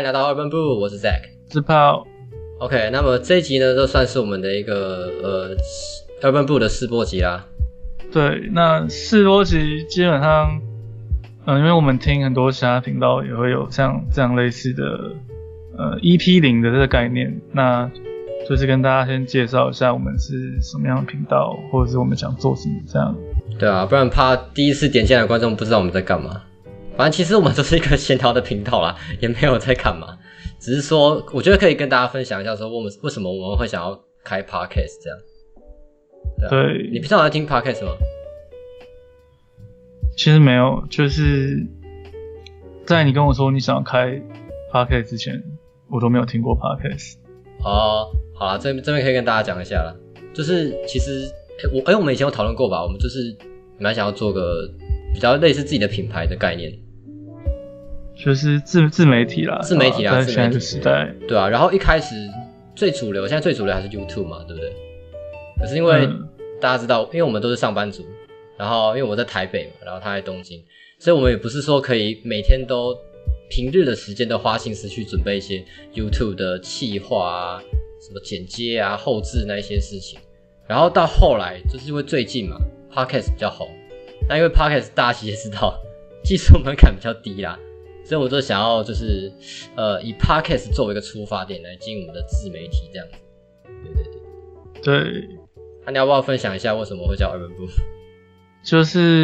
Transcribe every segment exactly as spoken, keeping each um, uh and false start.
来到 Urban Brew， 我是 Zach， 是炮。 OK， 那么这一集呢，就算是我们的一个呃 Urban Brew 的试播集啦。 对，那试播集基本上，嗯、呃，因为我们听很多其他频道也会有像这样类似的呃 E P 零 的这个概念，那就是跟大家先介绍一下我们是什么样的频道，或者是我们想做什么这样。 对啊，不然怕第一次点进来的观众不知道我们在干嘛。反正其实我们就是一个闲聊的频道啦，也没有在干嘛，只是说我觉得可以跟大家分享一下，说我们为什么我们会想要开 podcast 这样。对啊， 对， 你平常有在听 podcast 吗？ 其实没有，就是在你跟我说你想要开 podcast 之前，我都没有听过 podcast。 哦，好啦，这这边可以跟大家讲一下啦，就是其实诶我诶我们以前有讨论过吧，我们就是蛮想要做个比较类似自己的品牌的概念。 就是自自媒体啦， 自媒体啦， 在现在的时代， 对啊。然后一开始最主流，现在最主流还是 YouTube 嘛，对不对？可是因为、嗯、大家知道，因为我们都是上班族，然后因为我在台北嘛，然后他在东京，所以我们也不是说可以每天都平日的时间都花心思去准备一些 YouTube 的企划啊、什么剪接啊、后制那一些事情。然后到后来，就是因为最近嘛 ，Podcast 比较红，那因为 Podcast 大家其实知道技术门槛比较低啦。所以我就想要就是呃以 Podcast 作为一个出发点来经营我们的自媒体这样子。对对对。对。 那你要不要分享一下为什么会叫 Urban Brew？ 就是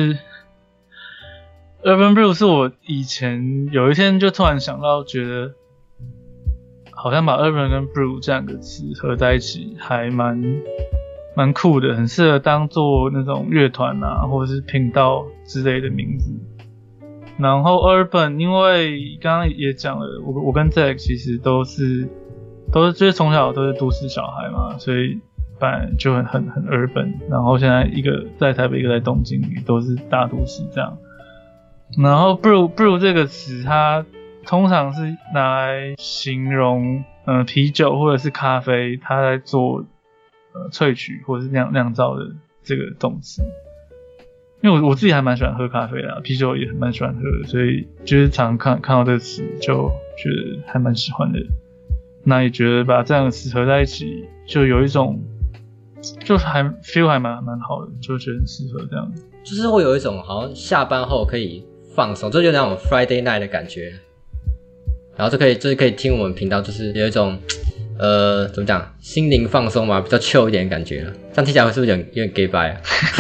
Urban Brew 是我以前有一天就突然想到，觉得好像把 Urban 跟 Brew 这两个词合在一起还蛮蛮酷的，很适合当做那种乐团啊或者是频道之类的名字。然后 Urban 因为刚刚也讲了，我我跟 Zack 其实都是都是就是从小都是都市小孩嘛，所以本来就很很很 Urban。然后现在一个在台北，一个在东京，也都是大都市这样。然后 Brew Brew 这个词，它通常是拿来形容呃啤酒或者是咖啡，它在做呃萃取或者是酿酿造的这个动词。因为我我自己还蛮喜欢喝咖啡的，啤酒也蛮喜欢喝的，所以就是常看看到这个词就觉得还蛮喜欢的。那也觉得把这样的词合在一起，就有一种就还 feel 还蛮蛮好的，就觉得很适合这样。 就是会有一种好像下班后可以放松，就有那种 Friday night 的感觉，然后就可以就是可以听我们频道，就是有一种呃怎么讲，心灵放松嘛，比较 chill 一点的感觉了。这样听起来是不是有点有点 gay bye 啊？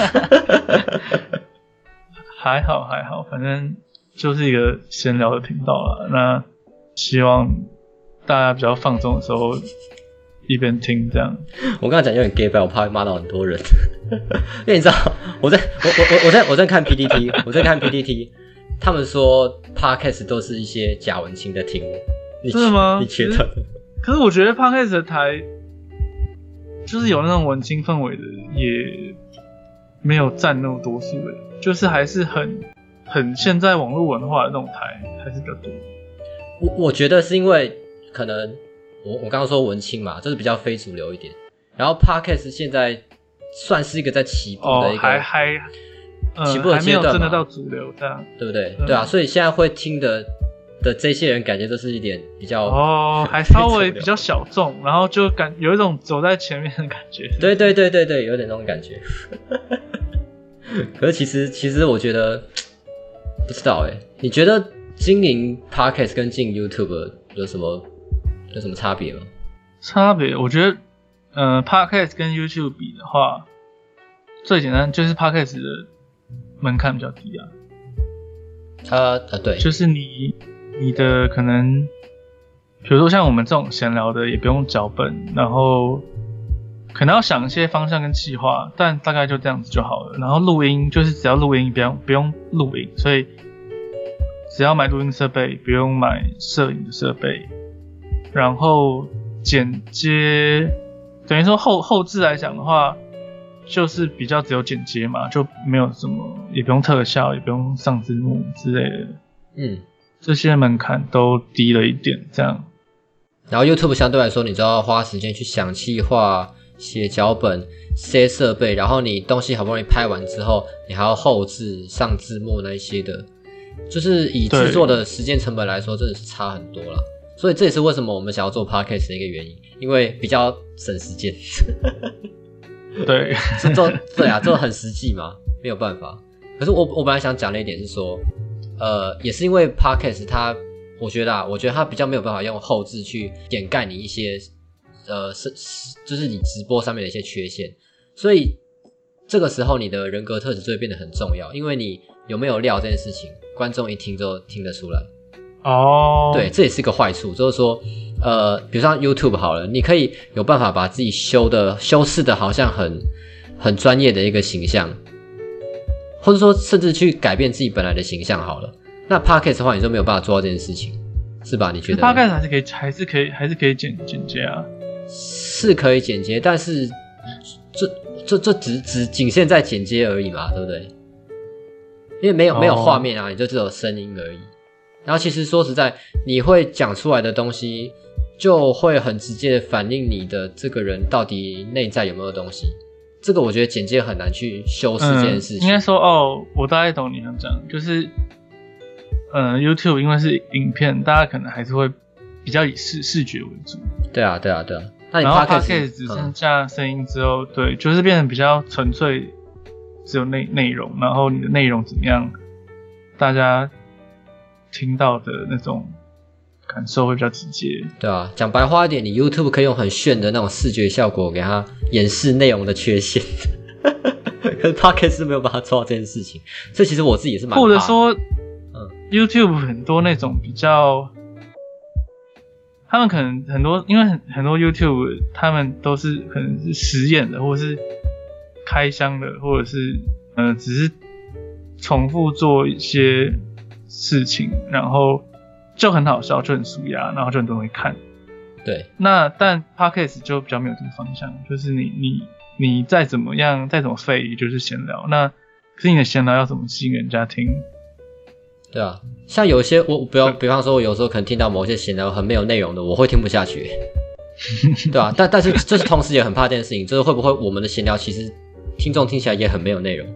还好还好，反正就是一个闲聊的频道啦。那希望大家比较放松的时候一边听这样。 我刚才讲有点 gay bye， 我怕会骂到很多人，因为你知道我在我我我在我在看 P T T， 我在看 P T T， 他们说 podcast 都是一些假文青的听，你真的吗？ 你觉得？ 可是我觉得 podcast 的台就是有那种文青氛围的，也没有占那么多数的，就是还是很很现在网络文化的那种台还是比较多。 我我觉得是因为可能我我刚刚说文青嘛，就是比较非主流一点，然后 podcast 现在算是一个在起步的一个，哦、 还还、呃、 起步的阶段嘛， 还没有真的到主流这样， 对不对？对啊，所以现在会听的。的这些人感觉都是一点比较哦，还稍微比较小众，然后就感有一种走在前面的感觉。 对对对对对，有点那种感觉。可是其实其实我觉得不知道哎，你觉得经营 Podcast 跟经营 YouTube 有什么有什么差别吗？ 差别，我觉得呃 Podcast 跟 YouTube 比的话，最简单就是 Podcast 的门槛比较低啊。 呃呃对， 就是你。你的可能，比如说像我们这种闲聊的，也不用脚本，然后可能要想一些方向跟企划，但大概就这样子就好了。然后录音就是只要录音，不用不用录影，所以只要买录音设备，不用买摄影的设备。然后剪接，等于说后后制来讲的话，就是比较只有剪接嘛，就没有什么，也不用特效，也不用上字幕之类的。 嗯。 这些门槛都低了一点，这样。 然后 YouTube 相对来说，你就要花时间去想企划、写脚本、塞设备，然后你东西好不容易拍完之后，你还要后制、上字幕那一些的，就是以制作的时间成本来说，真的是差很多啦。 所以这也是为什么我们想要做 podcast 的一个原因，因为比较省时间。 对， 做对啊，做很实际嘛，没有办法。可是我我本来想讲的一点是说，呃，也是因为 podcast 它，我觉得啊，我觉得它比较没有办法用后置去掩盖你一些，呃，是就是你直播上面的一些缺陷，所以这个时候你的人格特质就会变得很重要，因为你有没有料这件事情，观众一听就听得出来。 哦， 对，这也是一个坏处，就是说，呃，比如说 YouTube 好了，你可以有办法把自己修的修饰的好像很很专业的一个形象，或者说甚至去改变自己本来的形象好了。那 Podcast 的话，你就没有办法做到这件事情，是吧？你觉得 Podcast 还是可以，还是可以，还是可以剪剪接啊？ 是可以剪接，但是这这这只只仅限在剪接而已嘛，对不对？因为没有没有画面啊，你就只有声音而已。然后其实说实在，你会讲出来的东西，就会很直接的反映你的这个人到底内在有没有东西。这个我觉得剪接很难去修饰这件事情。 嗯、应该说哦，我大概懂你想讲，就是，呃 ，YouTube 因为是影片，大家可能还是会比较以视视觉为主。 对啊，对啊，对啊。那你 Podcast 只剩下声音之后，嗯、对，就是变成比较纯粹，只有内内容，然后你的内容怎么样，大家听到的那种感受会比较直接。对啊，讲白话一点，你 YouTube 可以用很炫的那种视觉效果给它掩饰内容的缺陷，可是 Podcast 是没有办法做到这件事情，所以其实我自己也是蛮怕的。 或者说，嗯 ，YouTube 很多那种比较，他们可能很多，因为很很多 YouTube 他们都是可能是实验的，或者是开箱的，或者是呃，只是重复做一些事情，然后就很好笑，就很舒压，然后就很多人会看。 对， 那但 Podcast 就比较没有这个方向，就是你你你再怎么样，再怎么废，就是闲聊。那可是你的闲聊要怎么吸引人家听？ 对啊，像有一些我比方比方说，我有时候可能听到某些闲聊很没有内容的，我会听不下去，对啊，但但是就是同时也很怕这件事情，就是会不会我们的闲聊其实听众听起来也很没有内容。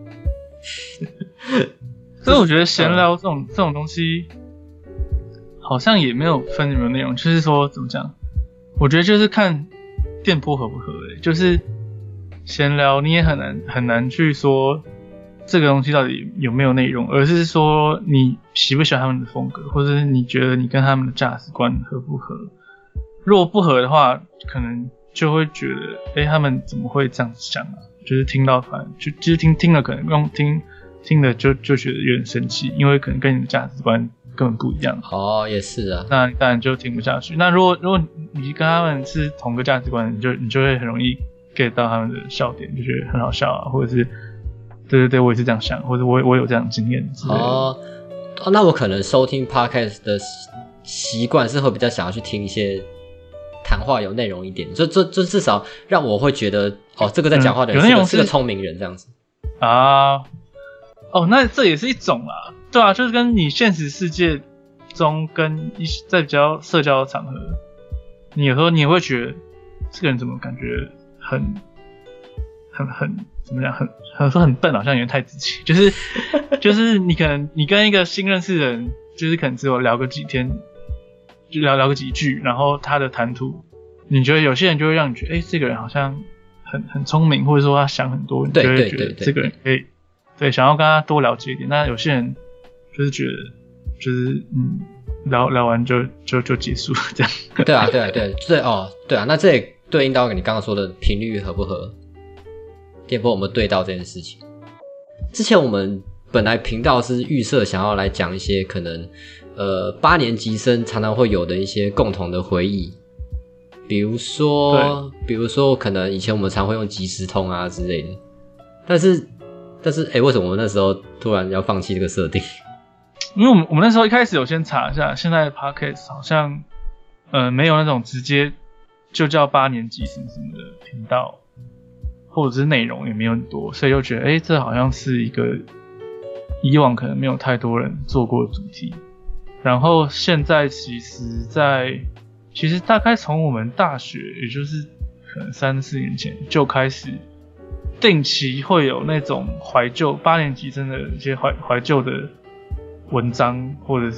所以我觉得闲聊这种、嗯、这种东西，好像也没有分有没有内容，就是说怎么讲？我觉得就是看电波合不合诶、欸，就是闲聊你也很难很难去说这个东西到底有没有内容，而是说你喜不喜欢他们的风格，或者是你觉得你跟他们的价值观合不合。如果不合的话，可能就会觉得，哎、欸，他们怎么会这样子想啊？就是听到反正就其实听听了可能用听。听了就就觉得有点生气，因为可能跟你的价值观根本不一样。 哦，也是啊。 那当然就听不下去。那如果如果你跟他们是同个价值观，你就你就会很容易 get 到他们的笑点，就觉得很好笑啊，或者是对对对，我也是这样想，或者我我有这样的经验之类的。 哦，那我可能收听 podcast 的习惯是会比较想要去听一些谈话有内容一点，就就就至少让我会觉得哦，这个在讲话的人是个、嗯、是个聪明人这样子啊。哦，那这也是一种啦，对啊，就是跟你现实世界中跟一在比较社交的场合，你有时候你也会觉得这个人怎么感觉很很很怎么讲，很很说很笨，好像有点太自欺，就是就是你可能你跟一个新认识的人，就是可能只有聊个几天，就聊聊个几句，然后他的谈吐，你觉得有些人就会让你觉得，哎、欸，这个人好像很很聪明，或者说他想很多，你就会觉得这个人可以。对，想要跟他多了解一点。那有些人就是觉得，就是嗯，聊聊完就就就结束这样。 对啊，对啊，对，对哦，对啊。那这也对应到你刚刚说的频率合不合，电波我们对到这件事情。之前我们本来频道是预设想要来讲一些可能呃八年级生常常会有的一些共同的回忆，比如说，比如说可能以前我们常会用即时通啊之类的，但是。但是，哎、欸，为什么我们那时候突然要放弃这个设定？ 因为我们我们那时候一开始有先查一下，现在的 podcast 好像，呃，没有那种直接就叫八年级什么什么的频道，或者是内容也没有很多，所以就觉得，哎、欸，这好像是一个以往可能没有太多人做过的主题。然后现在其实在，其实大概从我们大学，也就是可能三四年前就开始。定期会有那种怀旧八年级生的一些怀怀旧的文章或者是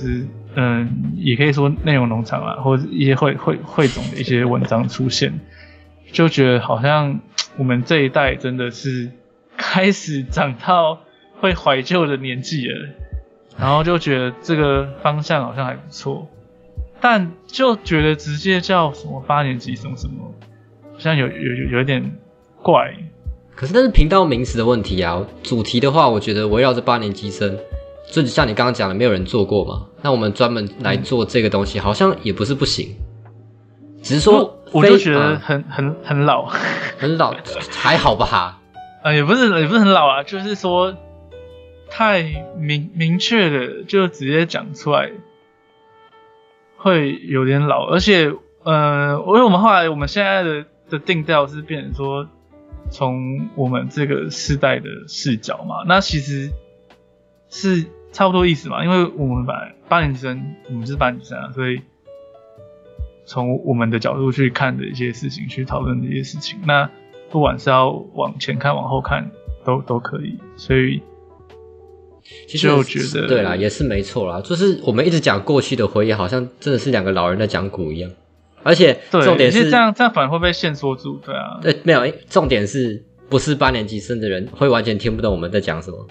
嗯、呃，也可以说内容农场啊，或者一些汇汇汇总的一些文章出现，就觉得好像我们这一代真的是开始长到会怀旧的年纪了，然后就觉得这个方向好像还不错，但就觉得直接叫什么八年级什么什么，好像有有有有点怪。 可是那是频道名词的问题啊，主题的话，我觉得围绕着八年级生，就像你刚刚讲的，没有人做过嘛，那我们专门来做这个东西，好像也不是不行，只是说我就觉得很、嗯、很很老， 很老，还好吧哈？ 呃，也不是也不是很老啊，就是说太明明确的就直接讲出来，会有点老，而且呃，因为我们后来我们现在的的定调是变成说。从我们这个世代的视角嘛，那其实是差不多意思嘛，因为我们把八年级生，我们就是八年级生啊，所以从我们的角度去看的一些事情，去讨论的一些事情，那不管是要往前看、往后看，都都可以，所以其实就觉得对啦，也是没错啦，就是我们一直讲过去的回忆，好像真的是两个老人在讲古一样。而且重点是这样，这样反而会被限缩住，对啊。 对，没有，重点是不是八年级生的人会完全听不懂我们在讲什么，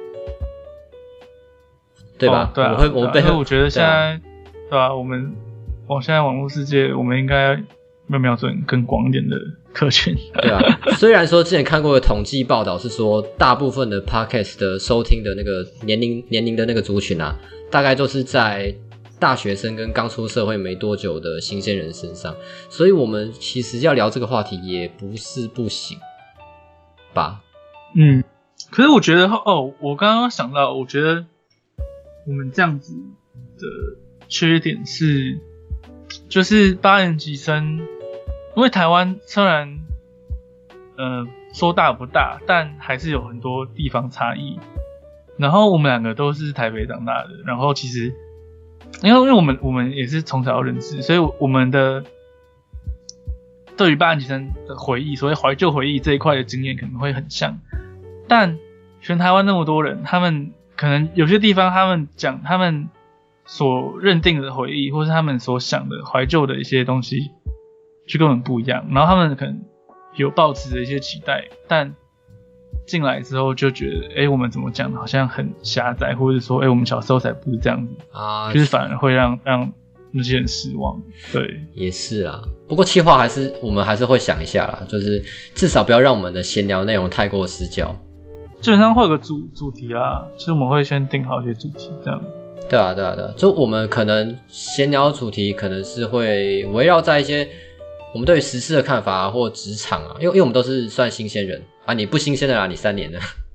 对吧？ 哦、对啊， 我们会，我们背后， 我觉得现在，对吧、啊？我们往现在网络世界，我们应该要瞄准更广一点的客群， 对啊。虽然说之前看过的统计报道是说，大部分的 podcast 的收听的那个年龄年龄的那个族群啊，大概都是在。大学生跟刚出社会没多久的新鲜人身上，所以我们其实要聊这个话题也不是不行吧。 嗯，可是我觉得哦，我刚刚想到，我觉得我们这样子的缺点是，就是八年级生，因为台湾虽然呃说大不大，但还是有很多地方差异。然后我们两个都是台北长大的，然后其实。因为因为我们我们也是从小认识，所以我们的对于八年级生的回忆，所谓怀旧回忆这一块的经验可能会很像，但全台湾那么多人，他们可能有些地方他们讲他们所认定的回忆，或是他们所想的怀旧的一些东西，就根本不一样。然后他们可能有抱持的一些期待，但进来之后就觉得，哎、欸，我们怎么讲好像很狭窄，或者说，哎、欸，我们小时候才不是这样子啊，就是反而会让让那些人失望。对， 也是啦。不过企划还是我们还是会想一下啦，就是至少不要让我们的闲聊内容太过失焦。 基本上会有个主主题啦，就是我们会先定好一些主题，这样。 对啊，对啊，对啊，就我们可能闲聊主题可能是会围绕在一些我们对于时事的看法、啊、或职场啊，因为因为我们都是算新鲜人。啊，你不新鲜的啦，你三年了。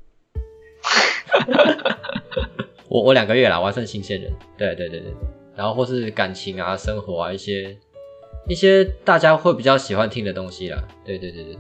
我我两个月啦，我还算新鲜人。对对对对，然后或是感情啊、生活啊一些一些大家会比较喜欢听的东西啦。对对对对对。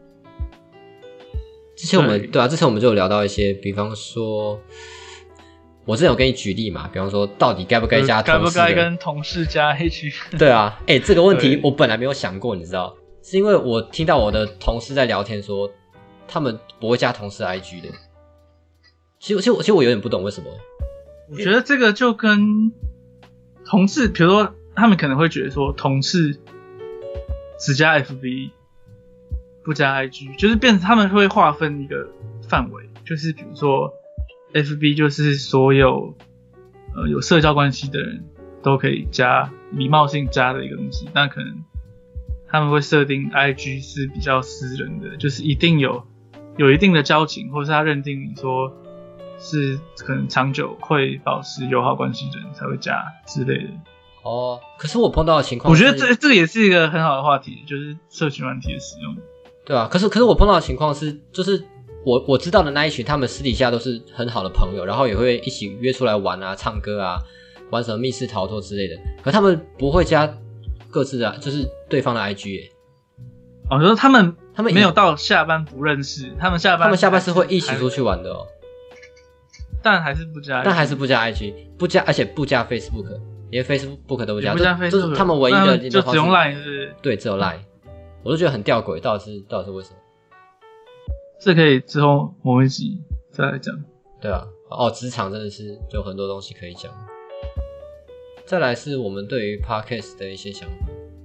之前我们 对, 对啊，之前我们就有聊到一些，比方说，我之前有跟你举例嘛，比方说到底该不该加同事的， 该不该跟同事加 H？ 对啊，哎、欸，这个问题我本来没有想过，你知道，是因为我听到我的同事在聊天说。他们不会加同事 I G 的，其实其实其实我有点不懂为什么。 我觉得这个就跟同事，比如说他们可能会觉得说，同事只加 F B 不加 I G， 就是变成他们会划分一个范围，就是比如说 F B 就是所有呃有社交关系的人都可以加，礼貌性加的一个东西，那可能他们会设定 I G 是比较私人的，就是一定有。有一定的交情，或是他认定你说是可能长久会保持友好关系的人才会加之类的。 哦，可是我碰到的情况， 我觉得这这个也是一个很好的话题，就是社群软体的使用。 对啊，可是可是我碰到的情况是，就是我我知道的那一群，他们私底下都是很好的朋友，然后也会一起约出来玩啊、唱歌啊、玩什么密室逃脱之类的。可他们不会加各自的，就是对方的 I G 耶。 哦，就是他们。 他们没有到下班不认识，他们下班他们下班是会一起出去玩的哦， 但还是不加 I G， 但还是不加 I G， 不加，而且不加 Facebook， 连 Facebook 都不加， 不加 Facebook， 就是他们唯一的就只用 Line 是不是？ 对，只有 Line， 我都觉得很吊诡，到底是到底是为什么？ 这可以之后某一集再来讲。 对啊，哦，职场真的是有很多东西可以讲。 再来是我们对于 podcast 的一些想法。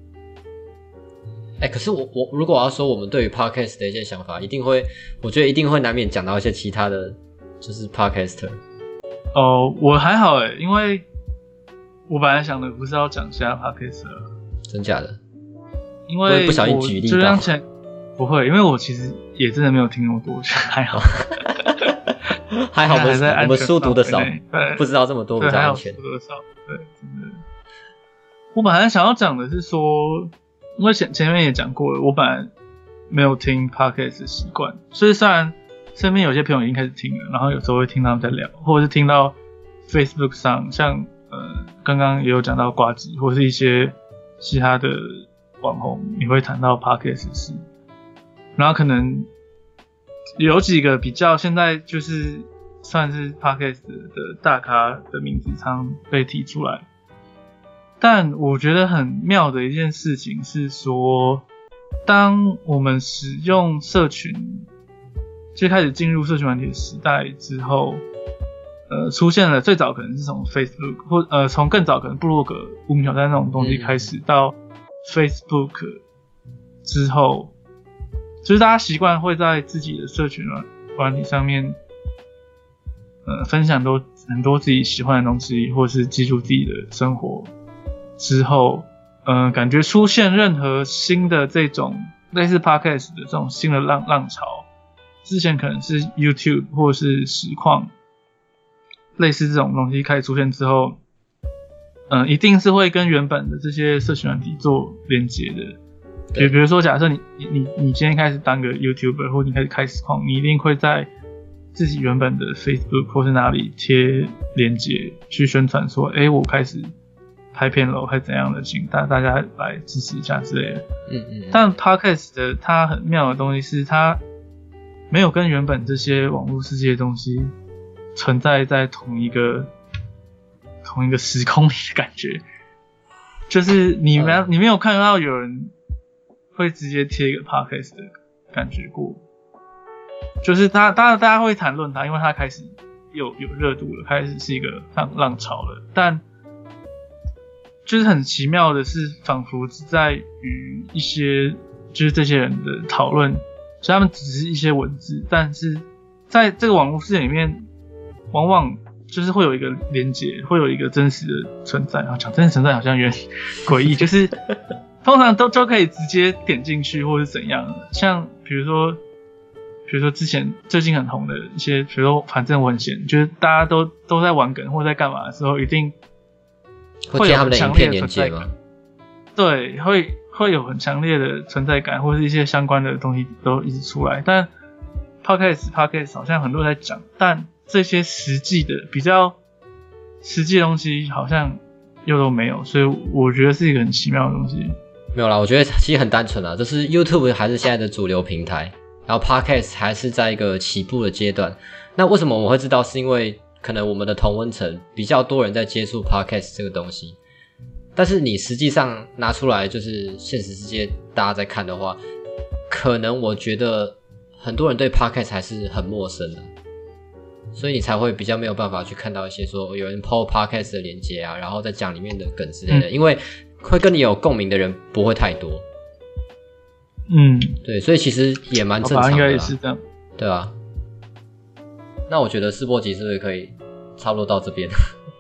哎、欸，可是我我如果我要说我们对于 podcast 的一些想法，一定会，我觉得一定会难免讲到一些其他的，就是 podcaster。 哦，我还好哎，因为我本来想的不是要讲其他 podcaster。 真假的？ 因为不小心举例到。 就像前不会，因为我其实也真的没有听那么多，我觉得还好。 还好我们我们书读的少，不知道这么多比较安全。 书读的少，对，真的。我本来想要讲的是说，因为前前面也讲过了，我本来没有听 podcast 的习惯，所以虽然身边有些朋友已经开始听了，然后有时候会听他们在聊，或者是听到 Facebook 上，像呃刚刚也有讲到呱吉，或是一些其他的网红，你会谈到 podcast 的事，然后可能有几个比较现在就是算是 podcast 的大咖的名字常被提出来，但我觉得很妙的一件事情是说，当我们使用社群，就开始进入社群软体的时代之后，呃，出现了最早可能是从 Facebook 或呃从更早可能部落格、无名小站那种东西开始，嗯、到 Facebook 之后，就是大家习惯会在自己的社群软软体上面，呃，分享多很多自己喜欢的东西，或是记录自己的生活。之后，嗯、呃，感觉出现任何新的这种类似 podcast 的这种新的浪浪潮，之前可能是 YouTube 或是实况，类似这种东西开始出现之后，嗯、呃，一定是会跟原本的这些社群软体做连结的。比比如说，假设你你你今天开始当个 YouTuber， 或你开始开实况，你一定会在自己原本的 Facebook 或是哪里贴连结去宣传说，哎、欸，我开始拍片了，还是怎样的，请大大家来支持一下之类的。 嗯嗯。 但 Podcast 的它很妙的东西是，它没有跟原本这些网络世界的东西存在在同一个同一个时空里的感觉，就是你没、嗯、你没有看到有人会直接贴一个 podcast 的感觉过，就是他，当然大家会谈论它，因为它开始有有热度了，开始是一个浪浪潮了。但就是很奇妙的是，仿佛只在于一些就是这些人的讨论，所以他们只是一些文字，但是在这个网络世界里面，往往就是会有一个连结，会有一个真实的存在。然后讲真实存在好像有点诡异，就是通常都都可以直接点进去，或是怎样的。像比如说，比如说之前最近很红的一些，比如说反正我很闲，就是大家都都在玩梗或在干嘛的时候，一定会有很强烈的存在感。对，会会有很强烈的存在感，或是一些相关的东西都一直出来。但 podcast podcast 好像很多人在讲，但这些实际的比较实际的东西好像又都没有，所以我觉得是一个很奇妙的东西。 没有啦，我觉得其实很单纯啦，就是 YouTube 还是现在的主流平台，然后 Podcast 还是在一个起步的阶段。那为什么我会知道？是因为可能我们的同温层比较多人在接触 Podcast 这个东西，但是你实际上拿出来就是现实世界大家在看的话，可能我觉得很多人对 Podcast 还是很陌生的，所以你才会比较没有办法去看到一些说有人 po Podcast 的连结啊，然后再讲里面的梗之类的，嗯、因为会跟你有共鸣的人不会太多。 嗯， 对，所以其实也蛮正常的啦。 应该也是这样。 对啊。那我觉得试播集是不是可以差不多到这边？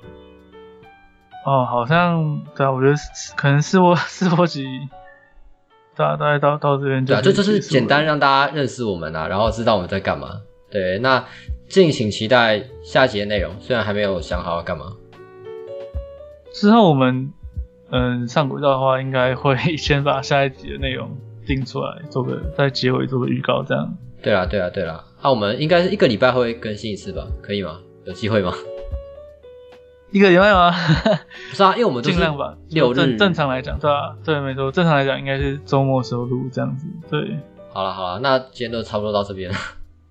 哦，好像对啊，我觉得可能试播试播集，大家大概到到这边就对啊，就就是简单让大家认识我们啊，然后知道我们在干嘛。对，那敬请期待下集的内容，虽然还没有想好要干嘛。 之后我们嗯上轨道的话，应该会先把下一集的内容定出来，做个在结尾做个预告这样。 对啦对啦对啦，啊我们应该是一个礼拜会更新一次吧？可以吗？有机会吗？ 一个礼拜吗？ 不是啊，因为我们都是尽量吧。 六日正正常来讲，对啊，对，没错，正常来讲应该是周末时候录这样子。对。 好啦好啦，那今天就差不多到这边了。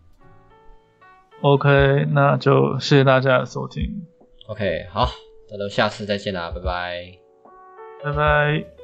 OK， 那就谢谢大家的收听。 OK， 好，那就下次再见啦，拜拜。 拜拜。